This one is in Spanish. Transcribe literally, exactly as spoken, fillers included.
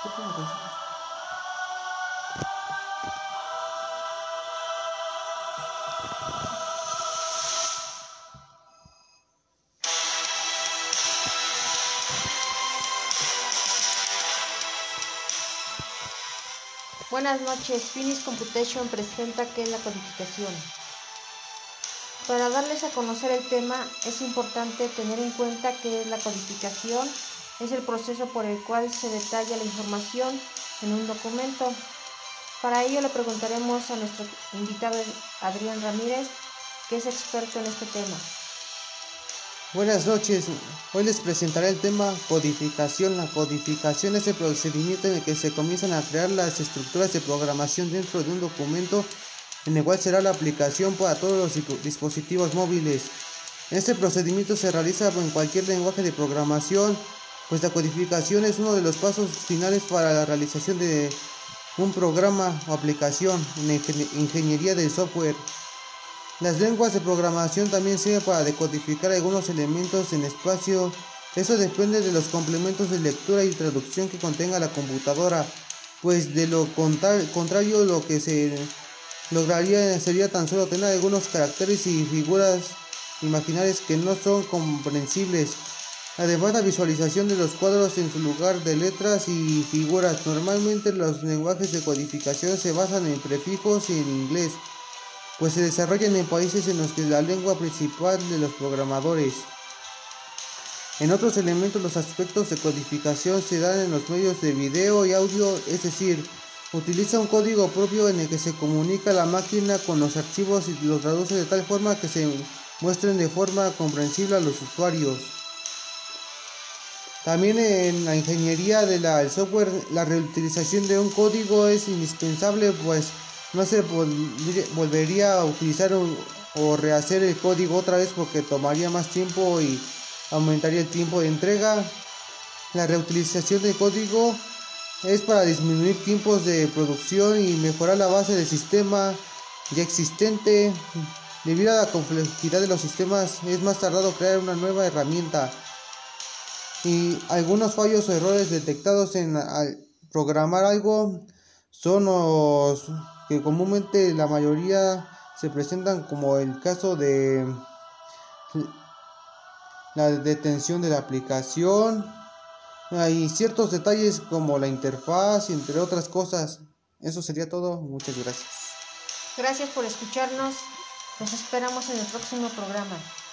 Buenas noches, Finis Computation presenta qué es la codificación. Para darles a conocer el tema, es importante tener en cuenta que la codificación es el proceso por el cual se detalla la información en un documento. Para ello le preguntaremos a nuestro invitado Adrián Ramírez, que es experto en este tema. Buenas noches, hoy les presentaré el tema codificación. La codificación es el procedimiento en el que se comienzan a crear las estructuras de programación dentro de un documento, en el cual será la aplicación para todos los dispositivos móviles. Este procedimiento se realiza en cualquier lenguaje de programación, pues la codificación es uno de los pasos finales para la realización de un programa o aplicación en la ingeniería del software. Las lenguas de programación también sirven para decodificar algunos elementos en espacio. Eso depende de los complementos de lectura y traducción que contenga la computadora, pues de lo contrario lo que se lograría sería tan solo tener algunos caracteres y figuras imaginarias que no son comprensibles. Además, la visualización de los cuadros en su lugar de letras y figuras. Normalmente los lenguajes de codificación se basan en prefijos y en inglés, pues se desarrollan en países en los que es la lengua principal de los programadores. En otros elementos, los aspectos de codificación se dan en los medios de video y audio, es decir, utiliza un código propio en el que se comunica la máquina con los archivos y los traduce de tal forma que se muestren de forma comprensible a los usuarios. También en la ingeniería del software, la reutilización de un código es indispensable, pues no se volvería a utilizar un, o rehacer el código otra vez, porque tomaría más tiempo y aumentaría el tiempo de entrega. La reutilización de código es para disminuir tiempos de producción y mejorar la base del sistema ya existente. Debido a la complejidad de los sistemas, es más tardado crear una nueva herramienta. Y algunos fallos o errores detectados en al programar algo son los que comúnmente la mayoría se presentan, como el caso de la detención de la aplicación. Hay ciertos detalles como la interfaz, entre otras cosas. Eso sería todo. Muchas gracias. Gracias por escucharnos. Nos esperamos en el próximo programa.